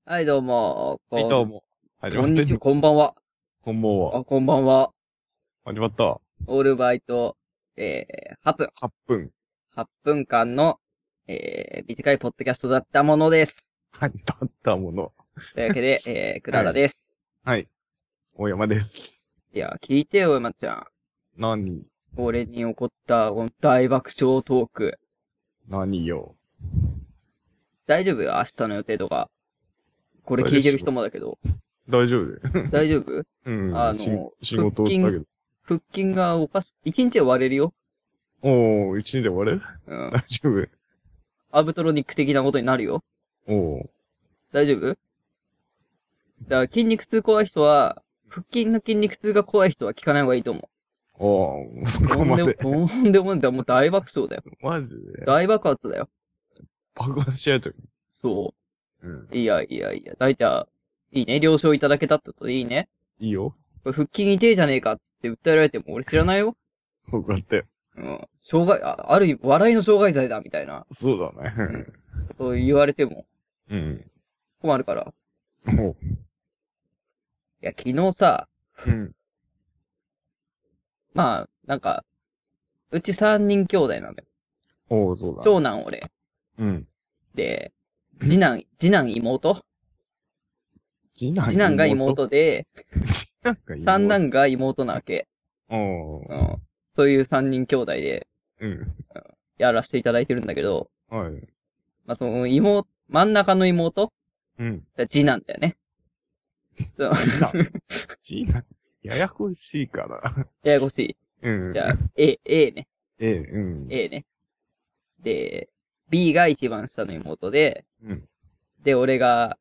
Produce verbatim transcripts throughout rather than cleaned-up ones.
はい、どうも。 はい、 こん、 どうも。始まこんにちは、 ってんの。 こんばんは。 こんばんは。 あ、こんばんは。 始まった。 オールバイト、えー、はっぷん。 はっぷん。 はっぷんかんの、えー、短いポッドキャストだったものです。 はい、だったもの。 というわけで、えー、クラはい。 ラです。 はい。大山です。 いや、聞いてよ、まちゃん。 何俺に起こった、この大爆笑トーク。 何よ。 大丈夫よ、明日の予定とか。これ聞いてる人大丈夫もだけど。 大丈夫大丈夫うん。し、 あの、 仕腹筋、 事だけど。 腹筋がおかし、一日で割れるよ。 おー、一日で終わるうん。 大丈夫アブトロニック的なことになるよ。 おー。 大丈夫だから筋肉痛怖い人は、腹筋の筋肉痛が怖い人は聞かない方がいいと思おー、そう。とんでも、 こまで。 とんでもない。もう大爆笑だよ。 マジで大爆発だよ。 爆発しちゃうと。 そうん。 う。いやいやいや。大体、いいね。了承いただけたってことでいいね。 いいよ。 これ腹筋痛えじゃねえかっつって訴えられても俺知らないよ。 わかったよ。 うん。障害、あ、ある意味、笑いの障害罪だみたいな。 そうだね。 うん。そう言われてもうん。 困るから。 おー。 いや、昨日さ、 うん。 まあ、なんか、うち三人兄弟なんだよ。 おー、そうだね。 長男俺。 うん。 で、次男、次男妹次男次男が妹妹で、 次男が三妹。 男が妹なわけ。 おー。 うん。そういう三人兄弟でうん。 やらせていただいてるんだけど、 はい。 まあ、その妹、真ん中の妹うん。 次男だよね。そう。 次男次男ややこしいから。 ややこしい。 うん。 じゃあ、A、A ね。 ええ、うん。 A ね。で、B が一番下の妹で、 うん。 で、俺が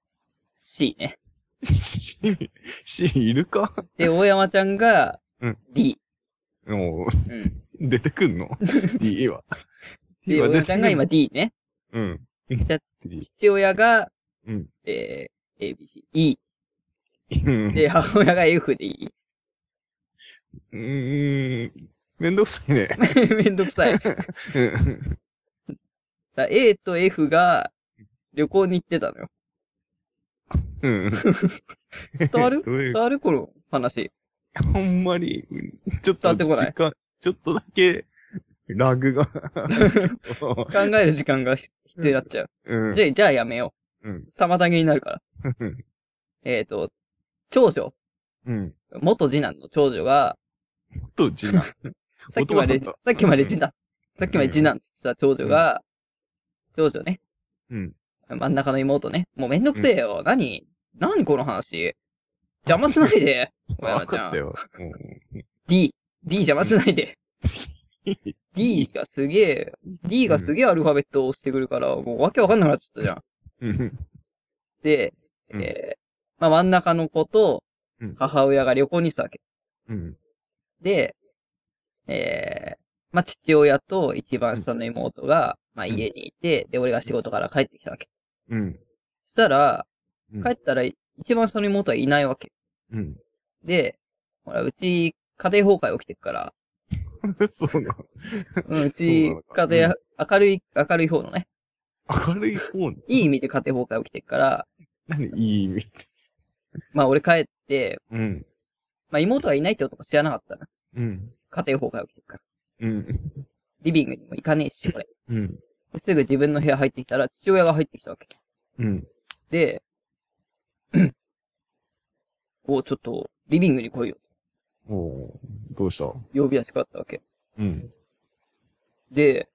C ね。 し、し、いるかで、大山ちゃんがうん D。 もうん。 う、出てくんの ?D は。D で、大は出てくんの山ちゃんが今 D ね。 うん。 じゃあ、 D 父親が、 うん。 えー、A、B、C、E。 うんで、母親が F でいい。 うーん。めんどくさいね。 めんどくさい。 うんだ A と F が旅行に行ってたのよ。 うん。 伝わるどういう伝わるこの話。 ほんまに、ちょっと伝わってこない時間、ちょっとだけ、ラグが考える時間が必要になっちゃう。 うん。 じゃあ、じゃあやめようん。 う。妨げになるから。えっと、長女。 うん。 元次男の長女が、 と次男。 さっきまで、 男だったさっきまで次男、さっきまで次男って言ってた長女が、長女ね。 うん。 真ん中の妹ね。もうめんどくせえよ。何何この話。邪魔しないで。小わ山ちゃん。 かったよ。 D。D 邪魔しないで。 うん。 D がすげえ、D がすげえアルファベットを押してくるから、もうわけわかんなくなっちゃったじゃん。 うん。 で、 うんえー、まあ真ん中の子とうん母親が旅行にしたわけ。 うん。 で、えー、まあ父親と一番下の妹が、まあ家にいて、で、俺が仕事から帰ってきたわけ。 うん。 そしたら、 うん帰ったら一番下の妹はいないわけ。 うん。 で、ほら、うち家庭崩壊起きてるから、 そうなの。 うん、うそうなちのか家庭、明るい、明るい方のね、 明るい方のいい意味で家庭崩壊起きてるから、 何いい意味って。 まあ俺帰って、 うん。 まあ妹がいないってことも知らなかったな。 うん。 家庭崩壊起きてるから。 うん。 リビングにも行かねえし、これ。 うん。 すぐ自分の部屋入ってきたら、父親が入ってきたわけ。 うん。 で、おちょっと、リビングに来いよ。 おーどうした呼び出しがあったわけ。 うん。 で、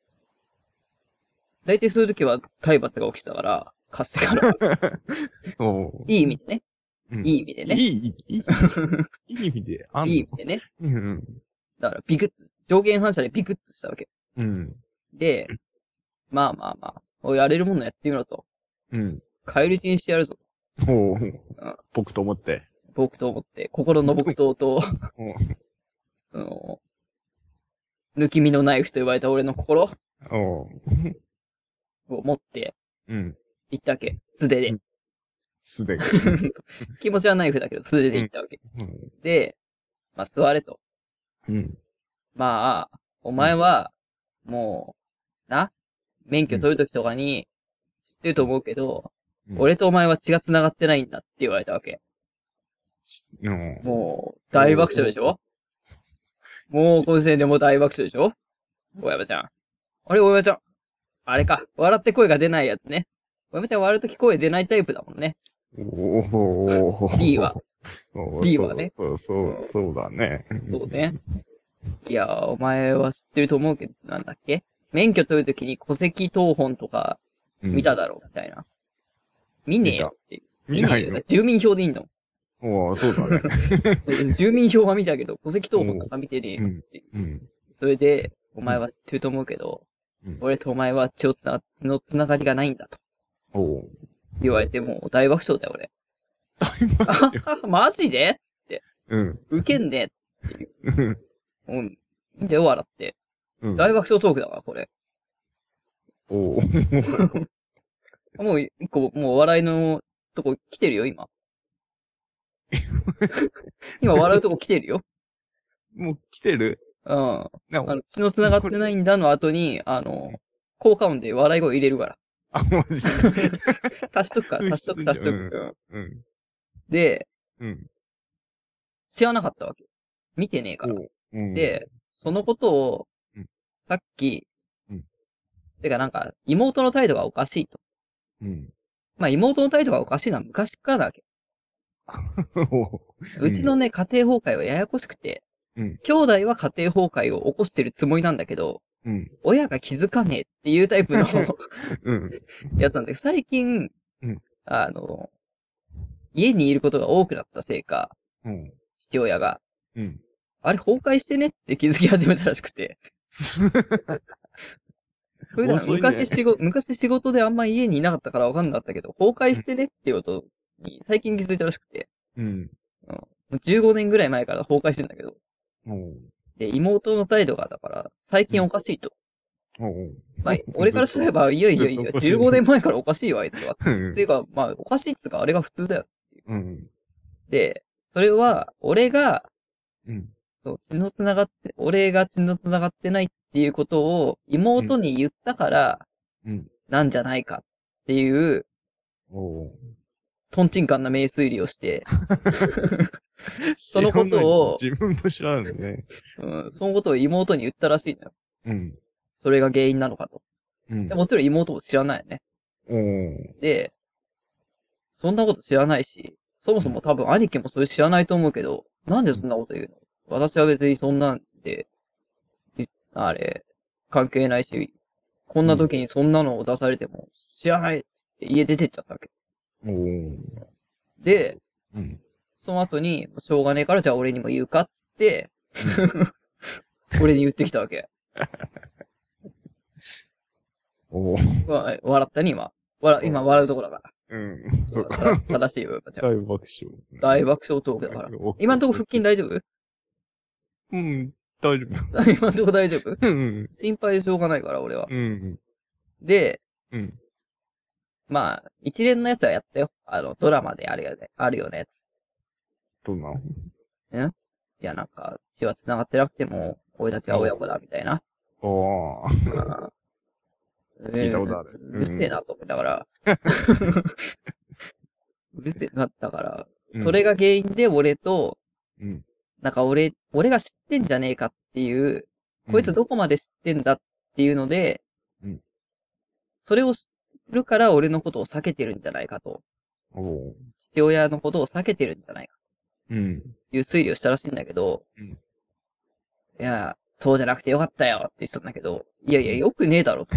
大体そういう時は体罰が起きてたから、かつてから。 おーいい意味でね。 うんいい意味でね。 いい、いい、いいいい意味であんのいい意味でね。 うん。 だから、ビクッと、上限反射でビクッとしたわけ。 うん。 で、まあまあまあ、おいやれるものやってみろと。 うん。 帰り血にしてやるぞと。 おーうん僕と思って。 僕と思って、心の木刀と、 おその、抜き身のナイフと呼ばれた俺の心おを持って、 うん。 行ったわけ。素手でうん。素手が。 気持ちはナイフだけど、素手で行ったわけ。 うん。 で、まあ座れと。 うん。 まあ、お前は、もう、な、免許取るときとかに、知ってると思うけど、 うん俺とお前は血が繋がってないんだって言われたわけ。 うんもう、大爆笑でしょもう、この時点でもう大爆笑でしょ大山ちゃん。あれ、大山ちゃん。あれか。笑って声が出ないやつね。大山ちゃん笑うとき声出ないタイプだもんね。 おー D は。 おー D はねそうそう、そうそうだね。 そうね。いや、お前は知ってると思うけど、なんだっけ免許取るときに戸籍謄本とかうん見ただろうみたいな。見ねえよっていう。 見ないのねえよ。住民票でいいんだもん。 おーそうだね。 そう住民票は見たけど、戸籍謄本なんか見てねえよっていう。 うん。 それで、お前は知ってると思うけど、 うん俺とお前は血をつな、血のつながりがないんだとおー言われて、もう大爆笑だよ、俺。 大爆笑。 あマジでつって。 うん。 ウケんねうん。 うん。いいんだよ、笑って。 うん。 大爆笑トークだから、これ。 おーもう一個、もう笑いのとこ来てるよ、今。今笑うとこ来てるよ。 もう来てるうん。 なあの、血の繋がってないんだの後に、あの、効果音で笑い声入れるから。 あ、マジで。 足しとくから、足しとく、足しとく。うんうん。 で、 うん。 知らなかったわけ。見てねえから。 おううん、 で、そのことをうん、 さっき、 うんてかなんか、妹の態度がおかしいと。 うん。 まあ妹の態度がおかしいのは昔からだわけ。 おううちのね、家庭崩壊はややこしくて、 うん。 兄弟は家庭崩壊を起こしてるつもりなんだけど、 うん。 親が気づかねえっていうタイプのうん。 やつなんだけど、最近、 うんあの、家にいることが多くなったせいか、 うん。 父親が、 うん。 あれ崩壊してねって気づき始めたらしくて。普段、 遅いね昔仕事、昔仕事であんま家にいなかったから分かんなかったけど、崩壊してねっていうことに最近気づいたらしくて。 うん。 もうじゅうごねんぐらい前から崩壊してんだけど。 おうで、妹の態度がだから、最近おかしいと。 おうまあ、俺からすれば、いやいやいや、 ずっとおかしいじゅうごねんまえからおかしいよ、あいつは。 うんっていうか、まあ、おかしいっつうか、あれが普通だよ。 うん。 で、それは、俺が、 うん。 そう、血の繋がって、俺が血の繋がってないっていうことを妹に言ったから、 うん。 なんじゃないかっていう、 おうトンチンカンな名推理をして、そのことを知らない自分も知らんね。 うん、そのことを妹に言ったらしいのよ。 うん。 それが原因なのかと。 うんで。もちろん妹も知らないよね。 おうで、そんなこと知らないし、そもそも多分兄貴もそれ知らないと思うけど、なんでそんなこと言うの？私は別にそんなんで、いあれ、関係ないし、こんな時にそんなのを出されても、知らないっつって家出てっちゃったわけ。 おうで、 うん。 その後に、しょうがねえからじゃあ俺にも言うかっつって、俺に言ってきたわけ。 おうわ笑ったね、今。笑、今笑うとこだから。 うん。そうか。 正正しいよ、ちゃん大爆笑。 大爆笑トークだから。今んとこ腹筋大丈夫うん。大丈夫。 今んとこ大丈夫うん。 心配でしょうがないから、俺は。 うん。 で、 うん。 まあ、一連のやつはやったよ。あの、ドラマであるよね。あるよね、やつ。 どんなえいや、なんか、血は繋がってなくても、俺たちは親子だ、みたいな。 おー。 あー聞いたことあるうるせえなと思いながら。うるせえなったから、それが原因で俺と、 うん。 なんか俺、俺が知ってんじゃねえかっていう、こいつどこまで知ってんだっていうので、 うんそれを知ってるから俺のことを避けてるんじゃないかと。 おー。 父親のことを避けてるんじゃないかうん。 という推理をしたらしいんだけど、 うんいや、そうじゃなくてよかったよって言ってたんだけど、いやいや、よくねえだろと。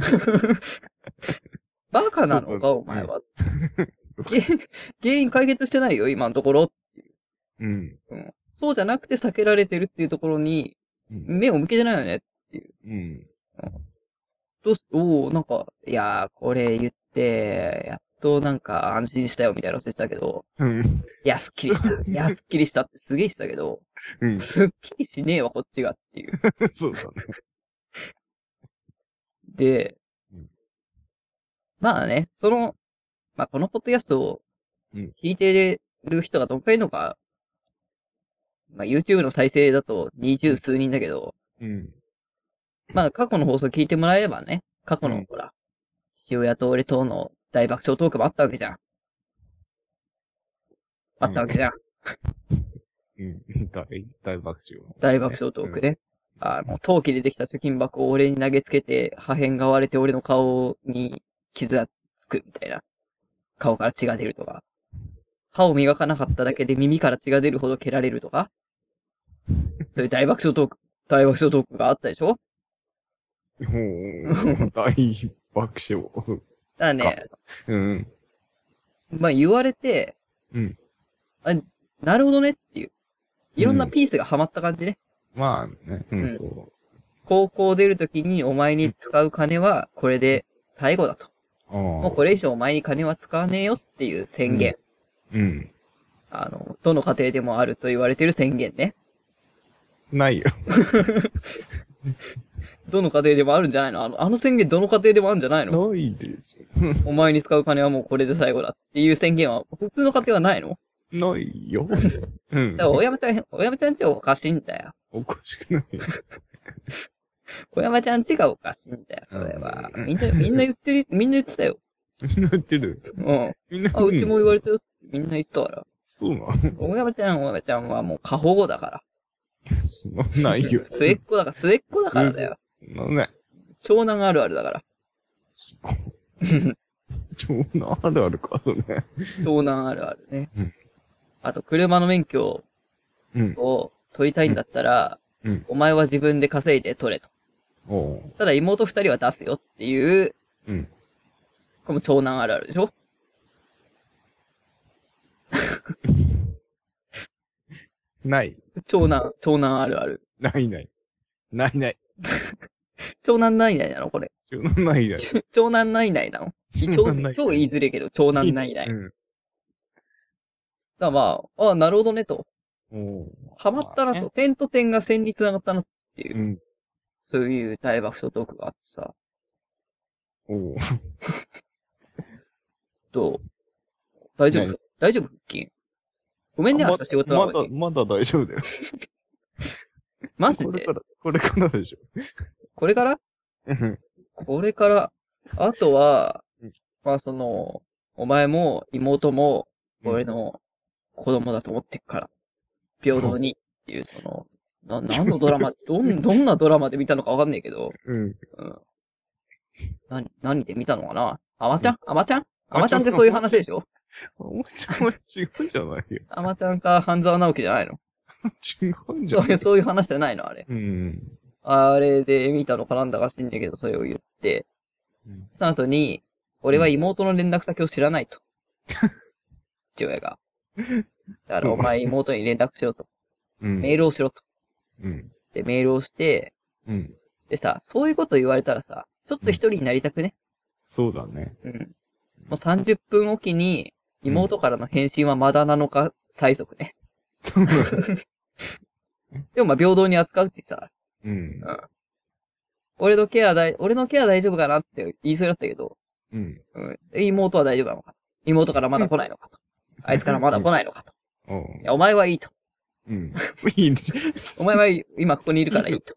バカなのか、 そうだお前は。原原因解決してないよ、今のところ。 うん。 うん。そうじゃなくて避けられてるっていうところに、 うん。 目を向けてないよね。 うん。 どうす、おおなんか、いやー、これ言って、やっとなんか安心したよみたいなこと言ってたけど、 うん。 いや、すっきりした。いや、すっきりしたってすげえしたけど、 うん。 すっきりしねえわ、こっちがっていう。 そうだね。 でうん、 まあね、その、まあこのポッドキャストをうん聞いてる人がどんくらいいるのか、まあ YouTube の再生だと二十数人だけど、 うん。 まあ過去の放送聞いてもらえればね、過去うんのほら、父親と俺との大爆笑トークもあったわけじゃん。あったわけじゃん。 うん。大、大爆笑。 大爆笑トークね。あの、陶器でできた貯金箱を俺に投げつけて、破片が割れて俺の顔に傷がつくみたいな。顔から血が出るとか。歯を磨かなかっただけで耳から血が出るほど蹴られるとか。そういう大爆笑トーク、大爆笑トークがあったでしょ。 ほう、大爆笑。 だからね、 うん。 まあ言われて、 うん。 あ、なるほどねっていう。いろんなピースがはまった感じね。 まあね、う、 うんんそう。 高校出るときにお前に使う金はこれで最後だと。もうこれ以上お前に金は使わねえよっていう宣言。 うん。 あの、どの家庭でもあると言われてる宣言ね。 ないよ。 どの家庭でもあるんじゃないの？あの、あの宣言どの家庭でもあるんじゃないの？ ないでしお前に使う金はもうこれで最後だっていう宣言は普通の家庭はないの？ ょ。ないよ。うん。 だから、おやまちゃん、おやまちゃんちはおかしいんだよ。 おかしくないよ。 おやまちゃんちがおかしいんだよ、それは。 うんみんな、みんな言ってる、みんな言ってたよ。 みんな言ってる。 うん。 みんなあ、うちも言われれたよ。みんな言ってたから。 そうなおやまちゃん、おやまちゃんはもう過保護だから。 のそんなないよ。 末っ子だから、末っ子だからだよ。 そんなね。 長男あるあるだから。 長男あるあるか、それ。 長男あるあるね。 うんあと、車の免許うん。 を取りたいんだったら、 うん。 お前は自分で稼いで取れと。 おう。 ただ妹二人は出すよっていう、 うん。 これも長男あるあるでしょ？ ない。 長男、長男あるある。 ないない。ないない。 長男ないないなのこれ。 長男ないない。 長男ないないなの超長男ないない超言いづれえけど、長男ないない。だかうん。 らまあ、あなるほどねと。 おう。 ハマったなと。 まあね点と点が線に繋がったなっていうう、 ん。 そういう大爆笑トークがあってさ。 おう。 どう大丈夫何大丈夫腹筋ごめんね、明日仕事なまだ、 のに。 まだ大丈夫だよ。 マジでこれから、これからでしょ。 これからうんこれから、あとはうん、 まあその、お前も妹も、俺の子供だと思ってっから、平等にっていう、その、な、何のドラマ、どん、どんなドラマで見たのかわかんないけど、 うん。 うん。何、何で見たのかなあまちゃんあまちゃんあまちゃんってそういう話でしょ？ おもちゃは違うんじゃないよ。 あまちゃんか半沢直樹じゃないの？ 違うんじゃないそういう、そういう話じゃないのあれ。 うん。 あれで見たのかなんだか知んないけど、それを言って、 うんその後に、俺は妹の連絡先を知らないと。父親が。だからお前妹に連絡しろと。 うん。 メールをしろと。 うん。 で、メールをして、 うん。 でさ、そういうこと言われたらさ、ちょっと一人になりたくね？ そうだね。 うん。もうさんじゅっぷんおきに、妹からの返信はまだなのか、催促ね。 そうだね。 でもまあ平等に扱うってさ、 うん。 うん。俺のケア大、俺のケア大丈夫かなって言いそうだったけど、 うん。 うん。で妹は大丈夫なのかと。妹からまだ来ないのかと。あいつからまだ来ないのかと。 おう。 いや、お前はいいと。 うん。いいね。 お前はいい今ここにいるからいいと。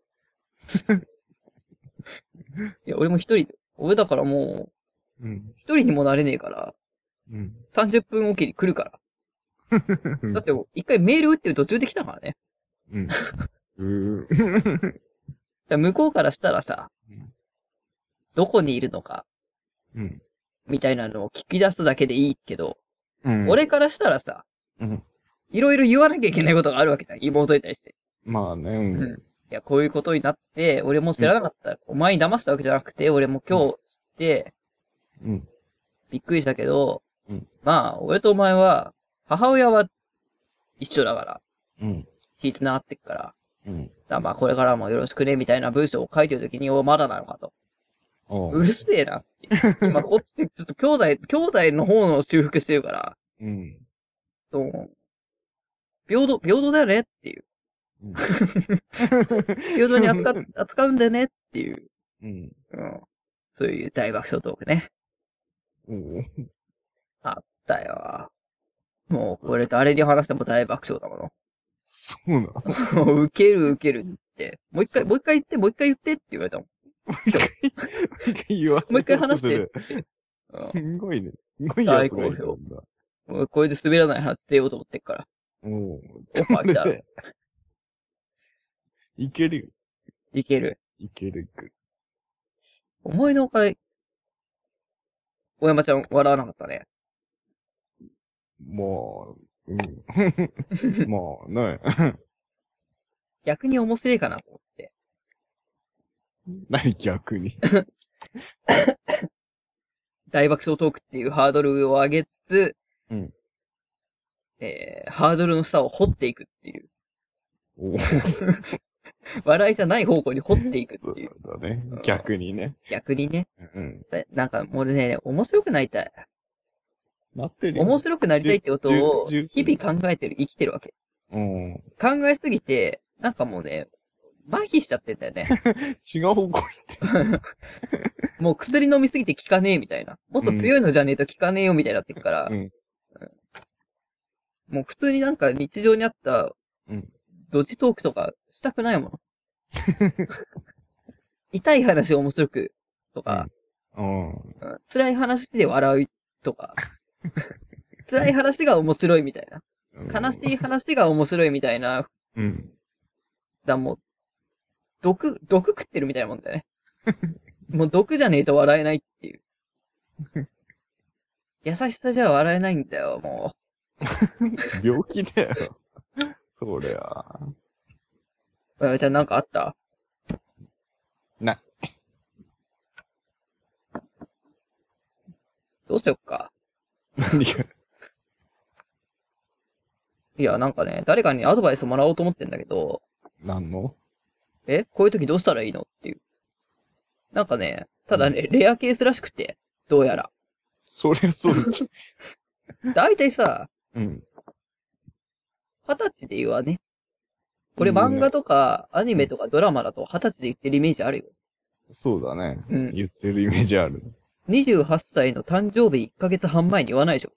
いや、俺も一人で、俺だからもう、 うん。 一人にもなれねえから、 うん。 さんじゅっぷんおきに来るから。だって、一回メール打ってる途中で来たからね。 うん。うーさ、向こうからしたらさうん、 どこにいるのか、 うん。 みたいなのを聞き出すだけでいいけど、 うん。 俺からしたらさ、 うん。 いろいろ言わなきゃいけないことがあるわけじゃん、妹に対して。 まあね、う。 うんん。いや、こういうことになって、俺も知らなかった。お前に騙したわけじゃなくて、俺も今日知って、 うん。 びっくりしたけど、 うんまあ、俺とお前は、母親は一緒だから、 うん。 血繋がってっから、 うん。 だからまあこれからもよろしくね、みたいな文章を書いてるときに、お、まだなのかと。 おうるせえなっていう。今こっちでちょっと兄弟、兄弟の方の修復してるから、 うん。 そう、平等、平等だよねっていう。 うん。 平等に扱っ、扱うんだよねっていう。 うん。 うん。そういう大爆笑トークね。 おう。 あったよ。もう、これ誰に話しても大爆笑だもそうなの。 の。もう、ウケるウケるっつって。もう一回、もう一回言って、もう一回言ってって言われたもん。 もう一回言わせもう一回話してようとする。 すんごいね。すごいやつがいるんだ。 もうこれで滑らない話出ようと思ってっから。 おう。 オファー来たら。 いけるよ。 いける。 いける。 思いのほか、小山ちゃん笑わなかったね。 もう、うん。もう、ね。 逆に面白いかなと思って。 何逆に。 大爆笑トークっていうハードルを上げつつ、 うん。 えー、ハードルの下を掘っていくっていう。 お笑いじゃない方向に掘っていくっていう。 そうだね。逆にね。 逆にね。 うん。 なんか、俺ね、面白くなりたい。 なってるよ。 面白くなりたいってことを、 じゅ日々考えてる、生きてるわけ。 うん。 考えすぎて、なんかもうね、麻痺しちゃってんだよね。 違う方向行って。 もう薬飲みすぎて効かねえみたいな。もっと強いのじゃねえと効かねえよみたいになってくから、 うん。 もう普通になんか日常にあった、 うんドジトークとかしたくないもん。痛い話を面白くとか、 うん。 うん辛い話で笑うとか、辛い話が面白いみたいな。悲しい話が面白いみたいな。 うん。 だもう、毒、毒食ってるみたいなもんだよね。もう毒じゃねえと笑えないっていう。優しさじゃ笑えないんだよ、も病気だよ。そりゃ。 う。じゃあなんかあった？ ない。 どうしよっか。 何が。 いや、なんかね、誰かにアドバイスもらおうと思ってんだけど、 何のえこういう時どうしたらいいのっていう。なんかね、ただね、レアケースらしくて、どうやら。 そりゃそうじだいたいさ、 ゃん。うん。 二十歳で言わね。これ漫画とかアニメとかドラマだと二十歳で言ってるイメージあるよ。 そうだね。 うん言ってるイメージある。 にじゅうはっさいの誕生日いっかげつはん前に言わないでしょ。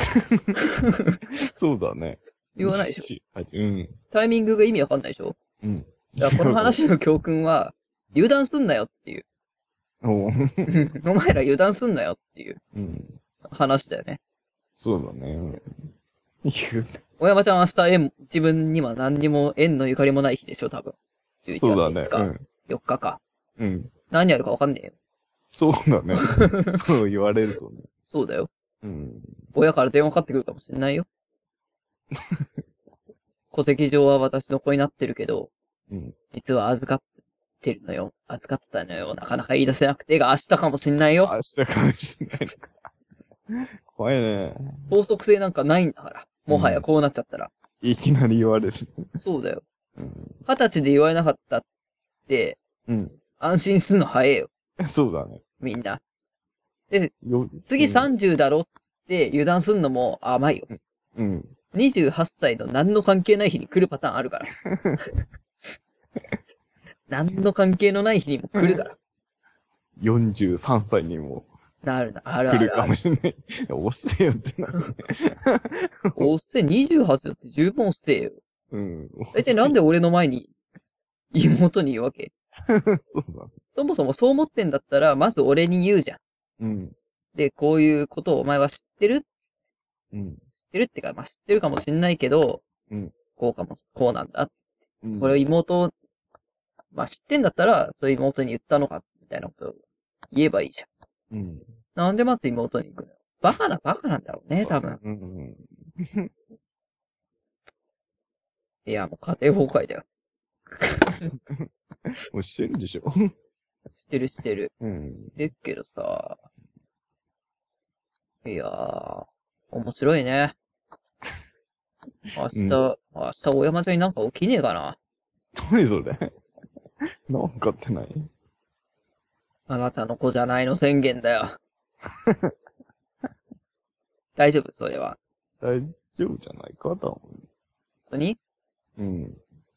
そうだね。 言わないでしょ。 ょ。うん。 タイミングが意味わかんないでしょ。 うん。 だからこの話の教訓は、油断すんなよっていう。 おうお前ら油断すんなよっていううん。 話だよね。 そうだね。言う小山ちゃんは明日縁、自分には何にも縁のゆかりもない日でしょ、多分。じゅういちがついつか。 そうだねよっかか。 うん。 何やるかわかんねえよ。 そうだね。そう言われるとね。 そうだよ。 うん。 親から電話かかってくるかもしれないよ。戸籍上は私の子になってるけど、 うん。 実は預かってるのよ。預かってたのよ。なかなか言い出せなくてが明日かもしんないよ。 明日かもしれないのか。怖いね。 法則性なんかないんだから。もはやこうなっちゃったら。 いきなり言われる。 そうだよ。 うん。 二十歳で言われなかったっつって、 うん。 安心するの早えよ。 そうだね。 みんな。で、 よ次さんじゅうだろっつって油断すんのも甘いよ。 うん。 にじゅうはっさいの何の関係ない日に来るパターンあるから。何の関係のない日にも来るから。 よんじゅうさんさいにもなるな、あるあ来るるある。 かもしれない。遅えよってなるね。 おっせえ、にじゅうはちだって十分おっせえよ。 うん。 大体なんで俺の前に妹に言うわけ？ そうだね。 そもそもそう思ってんだったら、まず俺に言うじゃん。 うん。 で、こういうことをお前は知ってる？ うん。 知ってるってか、まあ、知ってるかもしんないけど、 うん。 こうかも、こうなんだっつって。 うん。 これを妹、まあ、知ってんだったら、そういう妹に言ったのか、みたいなことを言えばいいじゃん。 うん。 なんでまず妹に行くのよ。バカなバカなんだろうね、多分。 うん。 いや、もう家庭崩壊だよ。 もうしてるでしょ。 してるしてる。 うん。 してるけどさ。いやー、面白いね。明日、 うん明日大山ちゃんになんか起きねえかな。 何それなんかってないあなたの子じゃないの宣言だよ。大丈夫それは。 大丈夫じゃないか多分。 本当に？ うん。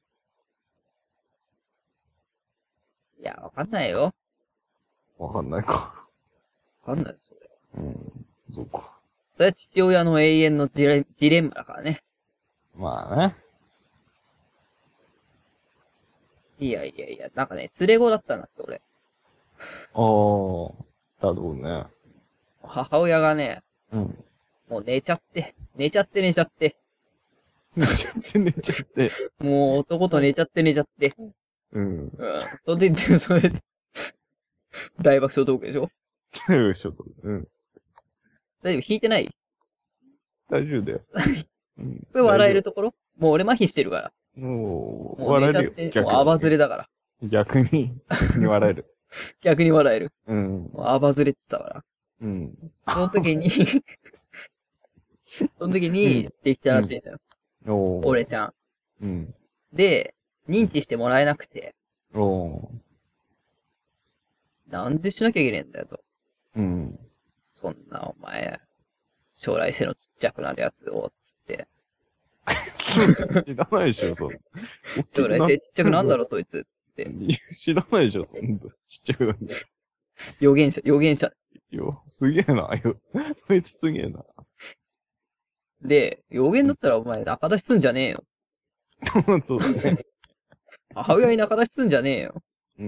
いや、わかんないよ。 わかんないか。 わかんないよ、それ。 うん。そうか。 それは父親の永遠のジレジレンマだからね。 まあね。 いやいやいや、なんかね、連れ子だったんだって、俺。 ああ、だろうね。 母親がね、 うん。 もう寝ちゃって、寝ちゃって寝ちゃって、 寝ちゃって寝ちゃって。 もう男と寝ちゃって寝ちゃって、 うん。 うん。それで、それで、大爆笑トークでしょ？ よいしょと。うん。 大丈夫？引いてない？ 大丈夫だよ。うん。 これ笑えるところ？もう俺麻痺してるから。 もう、 もう寝笑えるよ。 ちゃって、もう逆アバズに。 レだから。 逆に、逆に笑える。 逆に笑える。 うん。 もうアバズレって言ってたから。 うん。 その時に、その時に、できたらしいんだよ。 おー。 俺ちゃん。 うん。 で、認知してもらえなくて、 おー。 なんでしなきゃいけねえんだよと。 うん。 そんなお前、将来背のちっちゃくなるやつを、つって。 知らないでしょ、そんな。 将来背ちっちゃくなんだろ、そいつ、つって。 いや知らないでしょ、そんな。ちっちゃくなんだ予言者、予言者。 よ。すげえな、よ。そいつすげえな。 で、予言だったらお前仲出しすんじゃねえよ。 そうだね。 母親に仲出しすんじゃねえよ。 うん。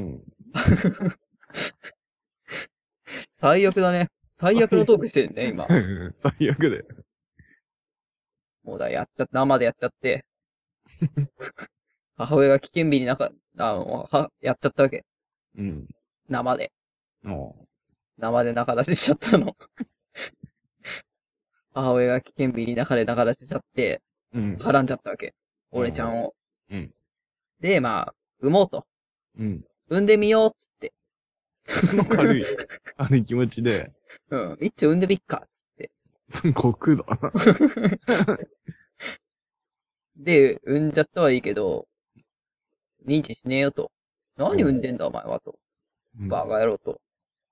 最悪だね。最悪のトークしてんね、今。 最悪だよ。 もうだ、やっちゃって、生でやっちゃって。母親が危険日になんか、あの、は、やっちゃったわけ。 うん。 生で。 も生で仲出ししちゃったの。母親が危険日に中で仲出ししちゃって、 う。うん。 絡んじゃったわけ。俺ちゃんを。 うん。 で、まあ、産もうと。 うん。 産んでみようっつって。 その軽い、軽い気持ちで、 うん。一応産んでみっかっつって。 極だな。 で、産んじゃったはいいけど、認知しねえよと。何産んでんだお前はと。バカ野郎と。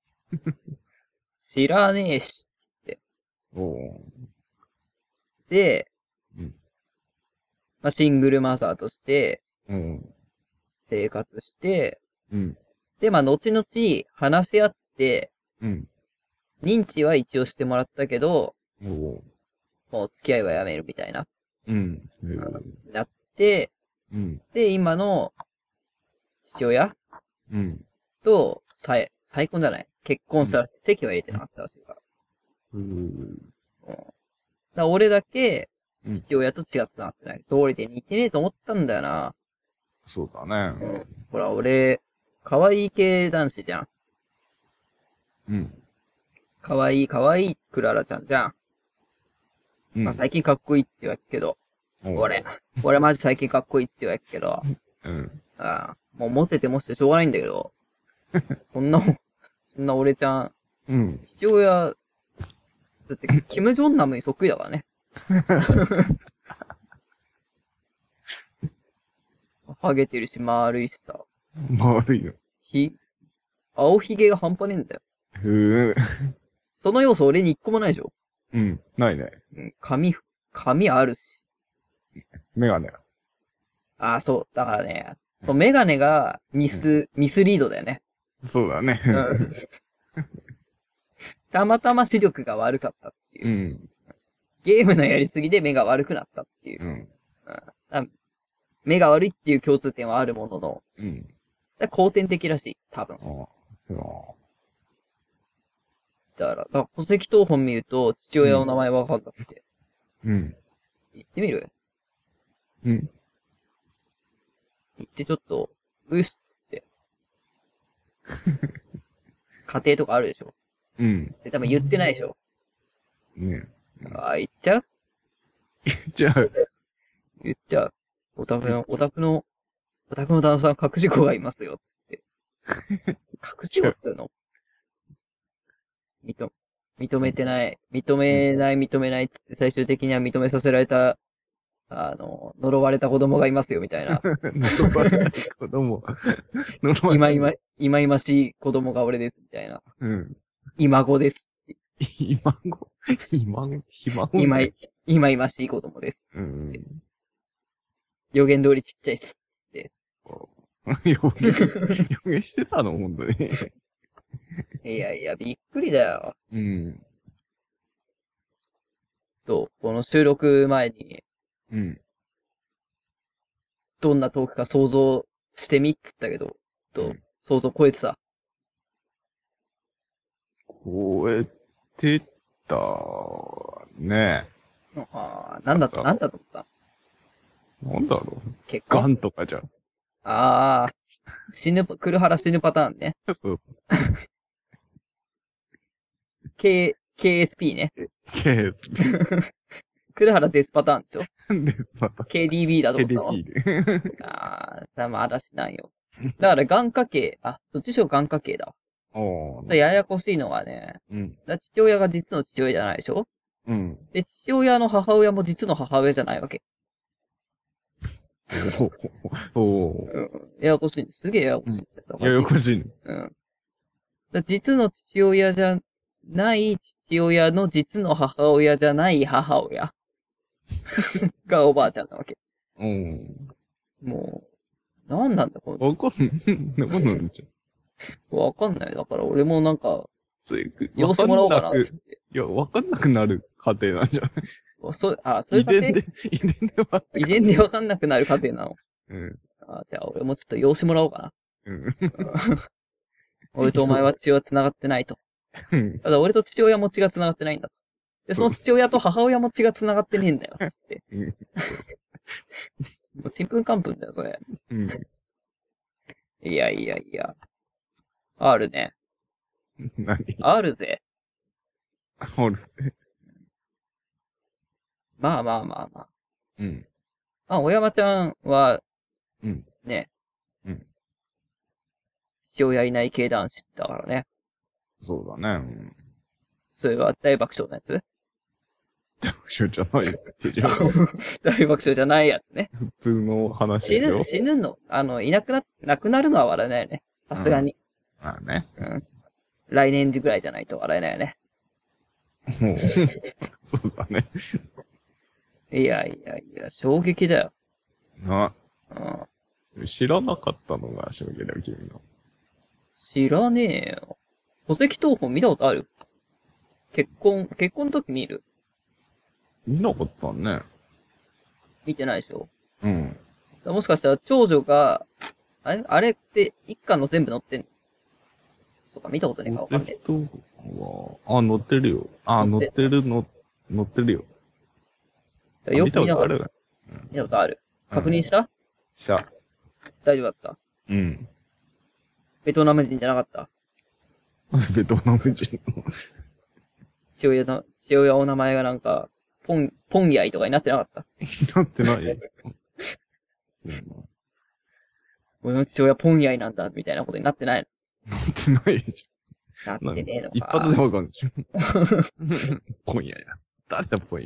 知らねえし、つって。 おー。 で、 うんまあ、シングルマザーとしてうん。 生活して、 うん。 で、まあ、後々話し合って、 うん。 認知は一応してもらったけど、 おー。 もう付き合いはやめるみたいな、 うん。 なって、 うん。 で、今の父親うん。 と再、再婚じゃない結婚したらしい。籍は入れてなかったらしいから。 うん。 うん。だから俺だけ、 うん父親と血が繋がってない。道理で似てねえと思ったんだよな。 そうだね。 ほら、俺、可愛い系男子じゃん。 うん。 可愛い可愛いクララちゃんじゃん。 うん。 まあ最近かっこいいって言われるけど、俺、俺マジ最近かっこいいって言われるけど、 うん。 ああもうモテてもしてしょうがないんだけど、そんな、そんな俺ちゃん、 うん。 父親、だって、キム・ジョンナムにそっくりだからね。ハゲてるし、丸いしさ。 丸いよ。 ひ、青ひげが半端ねえんだよ。 ふー。 その要素俺に一個もないでしょ。 うん。ないね。 うん、髪、髪あるし。 メガネ。 ああ、そう。だからね、そうメガネがミス、ミスリードだよね。 そうだね。 うんたまたま視力が悪かったっていうう。 ん。 ゲームのやりすぎで目が悪くなったっていう。 うん。 うん目が悪いっていう共通点はあるものの、 うん。 それは後天的らしい。多分。 ああ。 だから、あ戸籍謄本見ると、父親の名前わかんなくて。 うん。 言ってみるうん。 言ってちょっと、うっすっつって。家庭とかあるでしょ。 うん。 で、多分言ってないでしょ。 ねああ、言っちゃうじゃあ、 言っちゃう。オタクの、オタクの、オタクの旦那さん隠し子がいますよ、つって。隠し子っつうの認、認めてない、認めない、認めないっつって最終的には認めさせられた、あの、呪われた子供がいますよ、みたいな。 呪われない子供。呪われない。 今今、今今しい子供が俺です、みたいな。 うん。 今子です。 今ご、今ご、今ご。 今、今今しい子供です。 うん。 予言通りちっちゃいっす。つって。 予言、予言してたの本当に。 いやいや、びっくりだよ。 うん。 と、この収録前に、 うん。 どんなトークか想像してみっつったけど、と、 うん想像超えてた。 超えてた、ね。 ああ、なんだと、なんだと思ったなんだろう。 結婚ガンとかじゃん。 ああ、死ぬ、来る原死ぬパターンね。 そうそうそ K、ケーエスピー ね。 う。ケーエスピー。 来る原デスパターンでしょで、また。 ケーディービー だと思ったのケーディーピー で。 ああ、さあ、まだしないよ。だから、眼科系、あ、どっちしろ眼科系だ。 おー。 それややこしいのはね、 うん。 だから父親が実の父親じゃないでしょうん。 で、父親の母親も実の母親じゃないわけ。 おお。 うん。ややこしいんです。すげえややこしいんだよ。だかやらやこしいね。 うん。だから実の父親じゃない父親の実の母親じゃない母親がおばあちゃんなわけ。 うん。 もう、なんなんだ、この、 わかんない。わかんないじゃん。 わかんない。だから俺もなんか、 そういう、 養子もらおうかな、 わんくつって。 いや、わかんなくなる過程なんじゃないそう、あ、そういう家庭遺伝で、遺伝でわ遺伝でわかんなくなる家庭なの。 うん。 あ、じゃあ俺もちょっと養子もらおうかな。 うん。 俺とお前は血は繋がってないと。 うん。 ただ俺と父親も血が繋がってないんだと。で、その父親と母親も血が繋がってねえんだよ、つって。 うん。 もうちんぷんかんぷんだよ、それ。 うん。 いやいやいや。あるね。 何あるぜ。 おるせ。 まあまあまあまあ。 うん。 まあ、小山ちゃんは、 うん。 ね。 うん。 父親いない系男子だからね。 そうだね。うん。 それは大爆笑のやつ一緒じゃないってじゃん。 大爆笑じゃないやつね。 普通の話死だよぬ、。死ぬの。あの、いなくな、なくなるのは笑えないよね。さすがに。 まあね。 うん。来年時ぐらいじゃないと笑えないよね。 もう、そうだね。 いやいやいや、衝撃だよ。 な、 うん。 知らなかったのが衝撃だよ、君の。 知らねえよ。戸籍謄本見たことある結婚、結婚の時見る見なかったね。 見てないでしょうん。 もしかしたら長女が、あれあれって一巻の全部載ってんのそうか、見たことねえかわかんね戸籍謄本は、あ、載ってるよ。あ、 載っ載ってるの、載ってるよ。 え。よく見なかった。 あ見たこと見たことある。 うん確認したした。 大丈夫だったうん。 ベトナム人じゃなかったベトナム人の。 父親の、父親お名前がなんか、ポン、ポンヤイとかになってなかったなってないそうな。 俺の父親ポンヤイなんだ、みたいなことになってないなってないじなっゃん。 てねえのか。 一発でわかんないでしょ。ポンヤや。誰だポンヤ。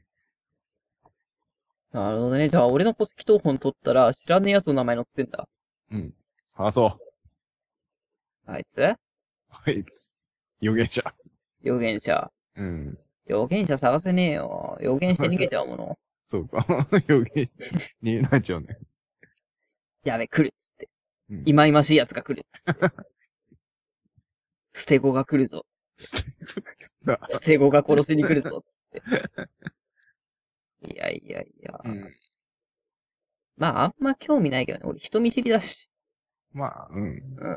なるほどね。じゃあ、俺の戸籍謄本取ったら、知らねえやつの名前載ってんだ。 うん。探そう。 あいつあいつ。予言者。 預言者。 うん。 預言者探せねえよ。預言して逃げちゃうもの。 そうか。予言、逃げないちゃうね。 やべ、来るっつって。 うんいまいましいやつが来るっつって。捨て子が来るぞ。捨て子が殺しに来るぞ。つって。いやいやいや。 うん。 まあ、あんま興味ないけどね。俺人見知りだし。 まあ、うん。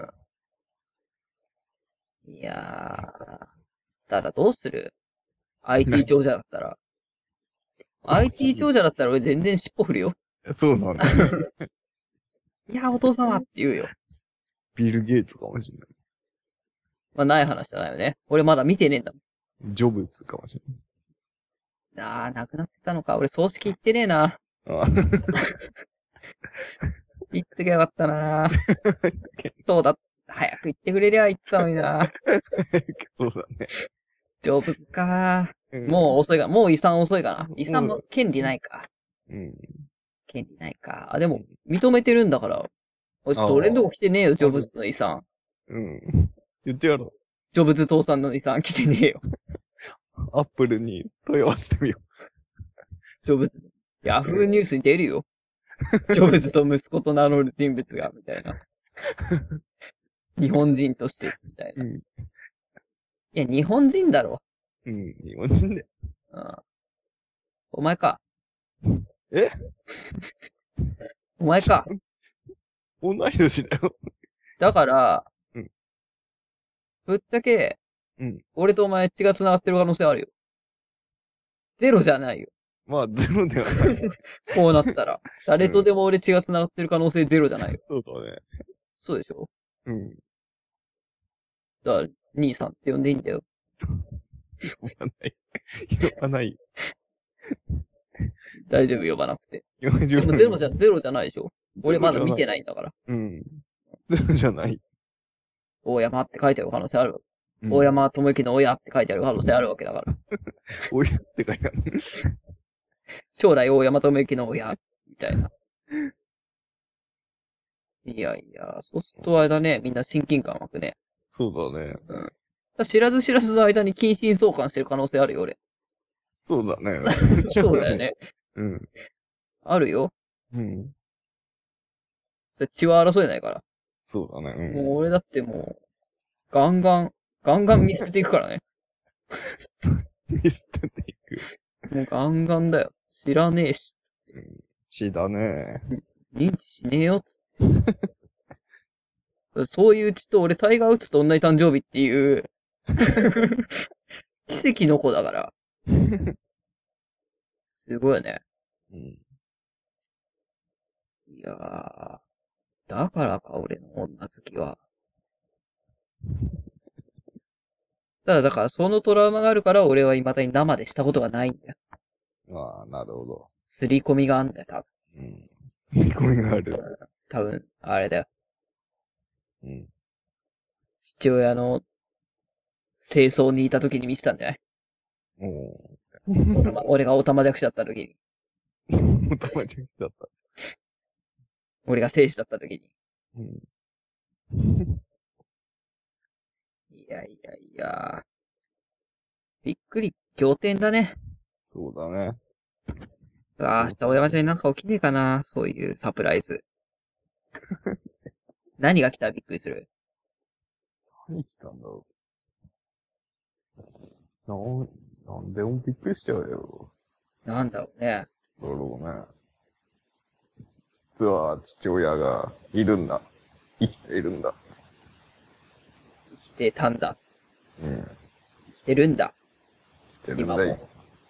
うん。いやー。ただどうする ?アイティー 長者だったら。アイティー 長者だったら俺全然尻尾振るよ。 そうだね。 いやー、お父様って言うよ。 ビル・ゲイツかもしれない。 まあ、ない話じゃないよね。俺まだ見てねえんだもん。 ジョブズかもしれあー、亡くなってたのか。俺葬式行ってねえな。 ない。あ行っときゃよかったな。そうだ。早く行ってくれりゃ行ってたのにな。 そうだね。 成仏か。 うんもう遅いか。もう遺産遅いかな。遺産も権利ないか。 うん。 権利ないか。あ、でも、認めてるんだから。おいちょっと俺んとこ来てねえよ、成仏の遺産。 うん。言ってやろ成仏父さんの遺産来てねえよ。 う。アップルに問い合わせてみよ成仏。ヤフーニュースに出るよ。成仏と息子と名乗る人物が、みたいな。日本人として、みたいうな。 うん。 いや、日本人だろ。 うん。日本人で。 うん。お前か。 えお前か。 同い年だよ。 だから、 うんぶっちゃけ、 うん。 俺とお前血が繋がってる可能性あるよ。ゼロじゃないよ。 まあ、ゼロではない。 こうなったら。誰とでも俺血が繋がってる可能性ゼロじゃないよ。 そうだね。 そうでしょ？ うん。 だから、兄さんって呼んでいいんだよ。 呼ばない。呼ばない。 大丈夫、呼ばなくて。 呼ばない。 でもゼロじゃ、ゼロじゃないでしょ？俺まだ見てない。 ないんだから。 うん。ゼロじゃない。 大山って書いてある可能性ある。 うん大山智之の親って書いてある可能性あるわけだから。 親ってかいや。 将来大山智之の親、みたいな。いやいや、そうするとあれだね、みんな親近感湧くね。 そうだね。 うん。知らず知らずの間に近親相関してる可能性あるよ、俺。 そうだね。 そうだよ。ね。 うん。 あるよ。 うん。 それ血は争えないから。 そうだね。うん。 もう俺だってもう、ガンガン、ガンガン見捨てていくからね。 見捨てていく。 もうガンガンだよ。知らねえし、つって。 血だね。 認知しねえよ、つって。そういう血と俺タイガー・ウッズと同じ誕生日っていう、奇跡の子だから。すごいね。 うん。 いやー、だからか、俺の女好きは。ただ、だから、そのトラウマがあるから、俺は未だに生でしたことがないんだよ。 ああ、なるほど。 すり込みがあんだよ、多分。 うん。住み込みがあるやつ。 多分、あれだよ。 うん。 父親の清掃にいた時に見てたんじゃない？ おおたま俺がオタマジャクシだった時に。 ー。おたまじゃくしだった。 俺が生死だった時に。 うん。 いやいやいや。びっくり、仰天だね。 そうだね。 うわー、明日大山ちゃんになんか起きねえかな、そういうサプライズ。何が来たらびっくりする？ 何来たんだろう。なん、なんでもびっくりしちゃうよ。 なんだろうね。 だろうね。実は父親がいるんだ。生きているんだ。 生きてたんだ。 うん。 生きてるんだ。 生きてるんだよ。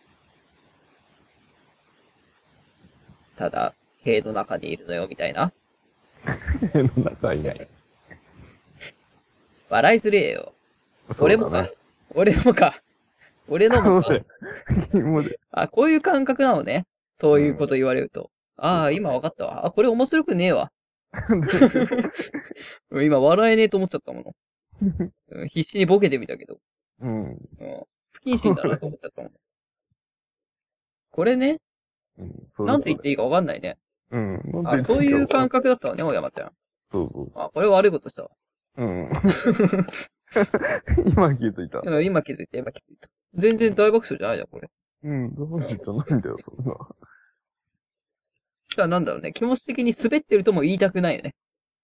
ただ、塀の中にいるのよ、みたいな。 部屋の中いない。 笑いづれえよ。俺もか。俺もか。俺のもか。 今で。 あ、こういう感覚なのね。そういうこと言われると。ああ、今わかったわ。あ、これ面白くねえわ。今笑えねえと思っちゃったもの。うん必死にボケてみたけど。 うん。 うん、不謹慎だなと思っちゃったもん。これね、 うん。それなんて言っていいかわかんないね。 うん。なんて言あ、 ってそういう感覚。 覚だったわね、大山ちゃん。 そうそうそあ、これ悪いことしたわ。 う。うん。今気づいた。 うん今気づいた、今気づいた。全然大爆笑じゃないじゃん、これ。 うん。どうしじゃないんだよ、そんな。 じゃあなんだろうね。気持ち的に滑ってるとも言いたくないよね。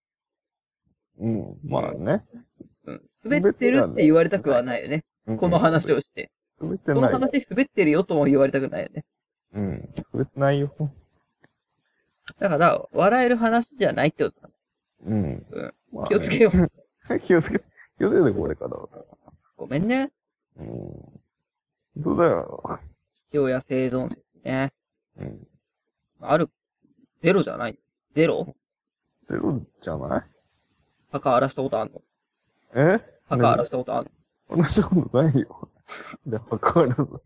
うん。まあね。 うん。滑ってるって言われたくはないよね。この話をして。 滑ってない。 この話滑ってるよとも言われたくないよね。 うん。滑ってないよ。 だから、笑える話じゃないってことだ。 うん。 うんまあね気をつけよう。 気をつけて、気をつけて、これから。 ごめんね。 うん。そうだよ。 父親生存説ね。 うん。 ある、ゼロじゃないゼロゼロじゃない墓荒らしたことあんの？ え墓荒らしたことあんの？ 同じことないよ。で、測らず。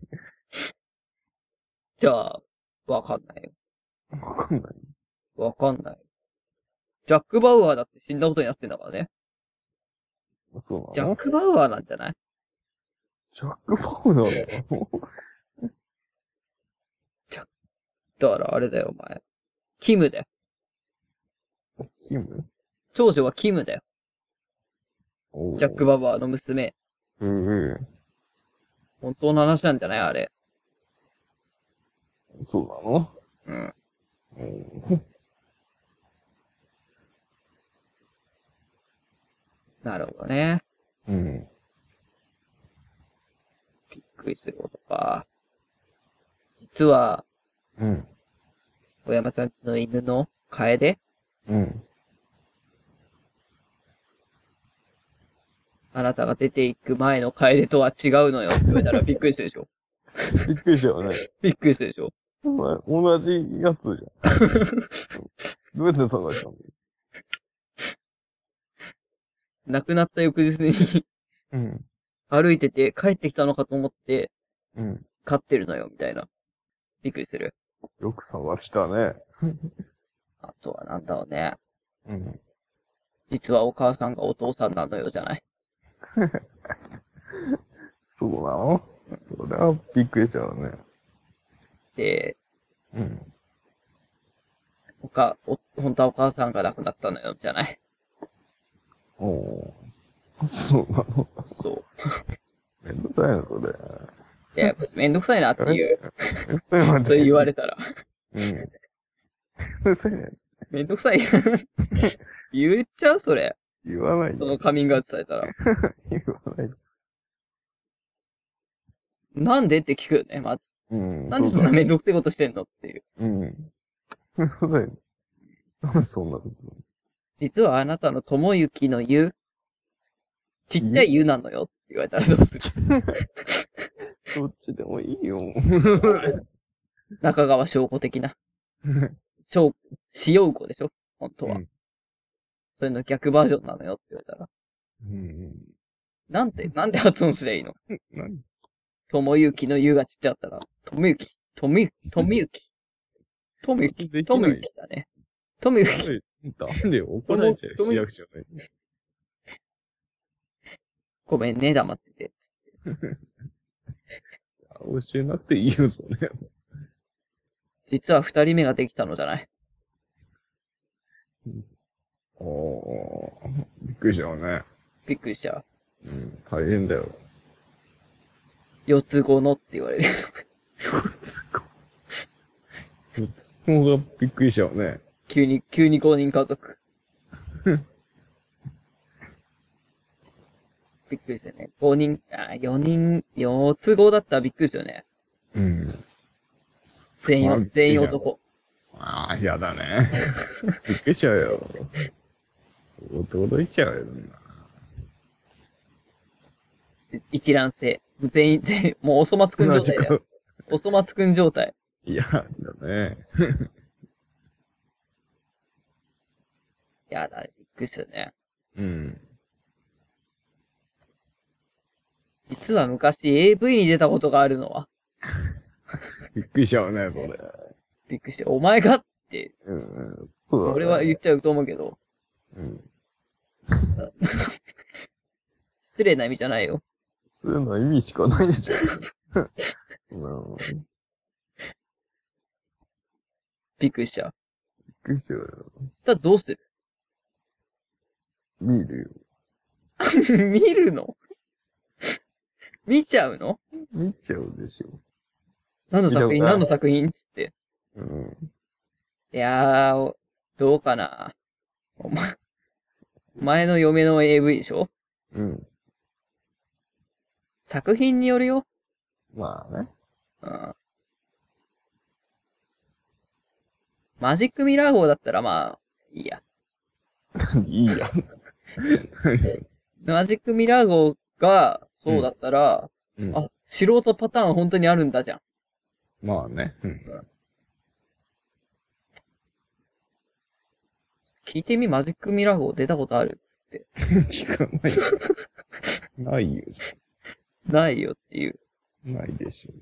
じゃあ、わかんないよ。 わかんない。 わかんない。ジャック・バウアーだって死んだことになってんだからね。 そうなのジャック・バウアーなんじゃない？ ジャック・バウダーなのだからあれだよ、お前。キムだよ。 キム長女はキムだよ。 おージャック・バウアーの娘。 うんう本当の話なんじゃないあれ。 ん。そうなのうん。 おーなるほどね。 うん。 びっくりすることか。実は、 うん。 小山ちゃんちの犬の楓うん。 あなたが出ていく前の楓とは違うのよって言われたらびっくりするでしょ。 びっくりしたよね。 びっくりするでしょ。 お前、同じやつじゃん。どうやって探したの？ 亡くなった翌日にうん。 歩いてて帰ってきたのかと思ってうん。 飼ってるのよみたいな。びっくりする。 よく探したね。 あとはなんだろうね。 うん。 実はお母さんがお父さんなのよじゃない。 そうなの？それはびっくりしたよね。 で、 うん。 おか、お、本当はお母さんが亡くなったのよじゃない。 おお。そうなの？ そう。 めんどくさいな、それ。 いや、めんどくさいなっていう。 めんどくさいな。 そう言われたら。 うん。めんどくさいね。 めんどくさい。言っちゃうそれ。 言わないそのカミングアウトされたら。 言わないなんでって聞くよね、まず。 うん。 なんでそんなめんどくせえことしてんのっていう。 うん。めんどくさいね。なんでそんなことする実はあなたの友行の湯、ちっちゃい湯なのよって言われたらどうする？ どっちでもいいよ。 中川翔子的な。翔、塩うこでしょ本当は。 うん。 それの逆バージョンなのよって言われたら。 うん。 なんて、なんで発音すりゃいいの？ 何？ 友行の湯がちっちゃかったら、友行、友行、友行、友行、 できない友行だね。友行。 なんでよ、怒られちゃうよ、市役所で。 ごめんね、黙ってて。つって教えなくていいよ、それ。 実は二人目ができたのじゃない。 おー、びっくりしたよね。 びっくりしちゃう。 うん、大変だよ。 四つ子のって言われる。 四つ子。四つ子がびっくりしたよね。 急に、急に五人家族。びっくりしたよね。五人、あ、四人、四つ子だったらびっくりしたよね。 うん。 全員、全員男。 ああ、やだね。びっくりしちゃうよ。驚いちゃうよな。 一卵性。全員、全員、もうおそ松くん状態だよ。おそ松くん状態。 いやだね。 やだ、びっくりしたよね。 うん。 実は昔 エーブイ に出たことがあるのは。 びっくりしちゃうね、それ。 びっくりして、お前がって、 うん、そうだね。 俺は言っちゃうと思うけど。 うん。 失礼な意味じゃないよ。 そういうのは意味しかないでしょ。うん、 びっくりしちゃう。 びっくりしちゃうよ。 そしたらどうする？ 見るよ。 見るの？見ちゃうの？ 見ちゃうでしょ。 何の作品見たことない何の作品つって。 うん。 いやー、どうかな。お前、前の嫁の エーブイ でしょ？ うん。 作品によるよ。 まあね。 うん。マジックミラー号だったらまあ、いいや。 いいや。 マジックミラー号が、そうだったら、 うん。 あ、素人パターン本当にあるんだじゃん。 まあね。うん。 聞いてみ、マジックミラー号出たことあるっつって。 聞かないよ。ないよ。 ないよっていう。 ないでしょ。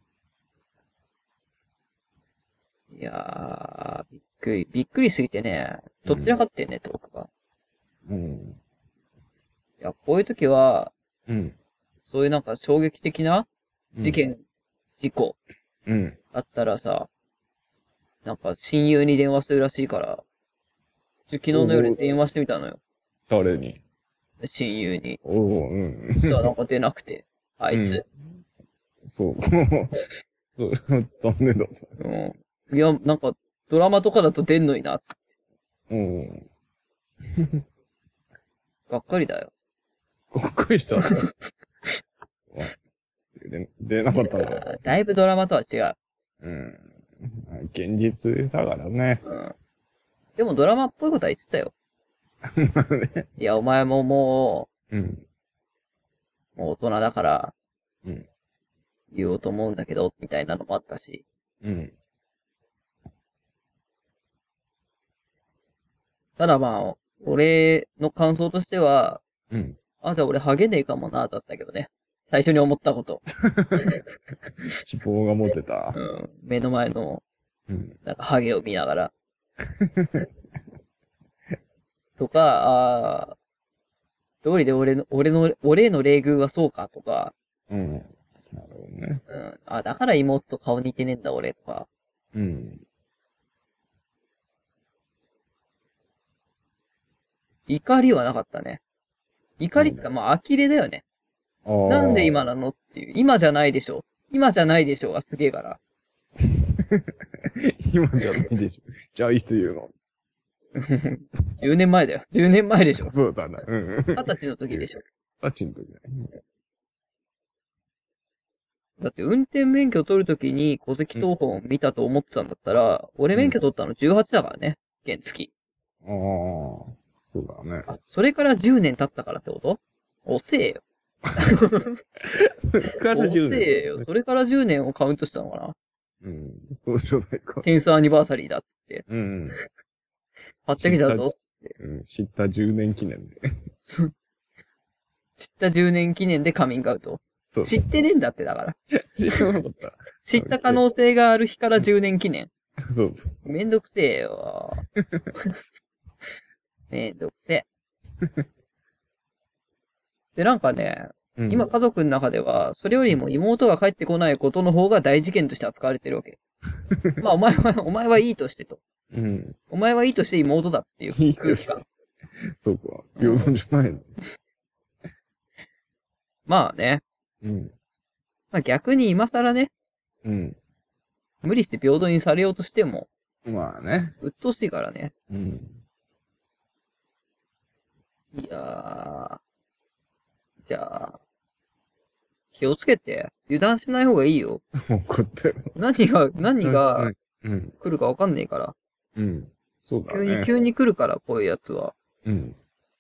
いやー、びっくり、びっくりすぎてね、どっちらかってんね、トークが。 うん。 いや、こういう時は、 うん。 そういうなんか衝撃的な事件、事故うん。 あったらさ、なんか親友に電話するらしいから、昨日の夜電話してみたのよ。 誰に？ 親友に。 おお、うん。 そしたらなんか出なくて、あいつ。 そう。そう残念だった。 うん。いや、なんか、ドラマとかだと出んのにな、つって。 うん。 がっかりだよ。 がっかりした。で、出なかったの。 だいぶドラマとは違う。 うん。現実だからね。 うん。でもドラマっぽいことは言ってたよ。いや、お前ももう、うん。 もう大人だからうん。 言おうと思うんだけど、みたいなのもあったし。 うん。 ただまあ、俺の感想としては、 うん。 あ、じゃあ俺ハゲねえかもな、だったけどね。最初に思ったこと。 希望が持てた。 うん。目の前の、 うん。 なんかハゲを見ながら。とか、あー、通りで俺の、俺の、俺への冷遇はそうかとか、 うん。なるほどね。 うん。あ、だから妹と顔似てねえんだ俺とか。 うん。 怒りはなかったね。怒りつか、まあ、呆れだよね。 ああ。 なんで今なのっていう。今じゃないでしょ。今じゃないでしょがすげえから。 今じゃないでしょ。じゃあいつ言うの？ じゅうねんまえだよ。じゅうねんまえでしょ。 そうだな。うん。 二十歳の時でしょ。 二十歳の時だね。 だって運転免許取るときに戸籍謄本見たと思ってたんだったら、俺免許取ったのじゅうはちだからね。原付。 ああ。そうだね。 あ、それからじゅうねん経ったからってこと？遅えよ。 から遅えよ。それからじゅうねんをカウントしたのかな。 うん。そうじゃないか。 テンスアニバーサリーだっつって。 うん。 はっちゃけちゃうぞっつって。 うん。知ったじゅうねん記念で。 知ったじゅうねん記念でカミングアウト。 そう。 知ってねえんだってだから。 知らなかった。 知った可能性がある日からじゅうねん記念。 そうそう。 めんどくせえよ。めんどくせえ。で、なんかね、 うん、 今家族の中では、それよりも妹が帰ってこないことの方が大事件として扱われてるわけ。まあ、お前は、お前はいいとしてと。 うん。 お前はいいとして妹だっていういいとして空気感。。 そうか。平等じゃないの。 まあね。 うん。 まあ逆に今更ね、 うん。 無理して平等にされようとしても、 まあね。 鬱陶しいからね。 うん。 いやー。じゃあ、気をつけて。油断しない方がいいよ。 怒ったよ。 何が、何がうん。 来るかわかんねえから。 うん。そうだ急ね。 に、急に来るから、こういうやつは。 うん。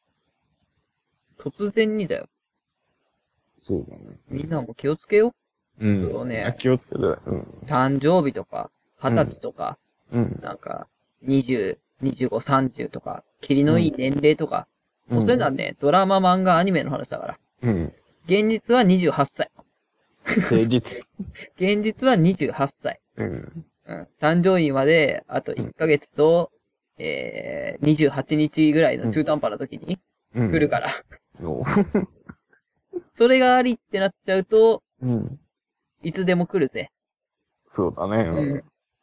突然にだよ。 そうだね。 みんなも気をつけよう。 そうんね気をつけて。うん。 誕生日とか、二十歳とか、 うん。 なんか、にじゅう、にじゅうご、さんじゅうとか、キリのいい年齢とか、 うんもうそういうのはね、ドラマ、漫画、アニメの話だから。 うん。 現実はにじゅうはっさい。 誠実。 現実はにじゅうはっさい。 うん。 うん。誕生日まで、あといっかげつと、えー、にじゅうはちにちぐらいの中途半端な時にうん。 来るから。 おそれがありってなっちゃうと、 うん。 いつでも来るぜ。 そうだね。 うん。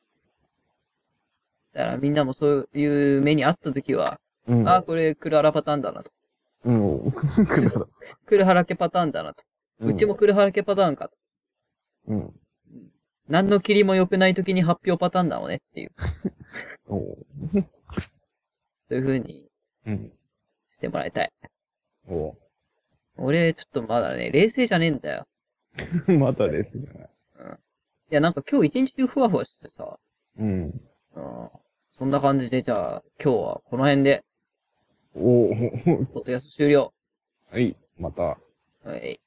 だからみんなもそういう目にあった時は、 うん。 あ、これ、クルハラパターンだなと。 うん。 クルハラケパターンだなと。うちもクルハラケパターンかと。 うん。 何のキリも良くない時に発表パターンだもんねっていう。 おそういう風にうん。 してもらいたい。 お俺、ちょっとまだね、冷静じゃねえんだよ。 またですね。 うん。いや、なんか今日一日中ふわふわしてさ、 うん。 うん。そんな感じで、じゃあ、今日はこの辺で、 おおポッドキャスト終了。 はい、また。 はい。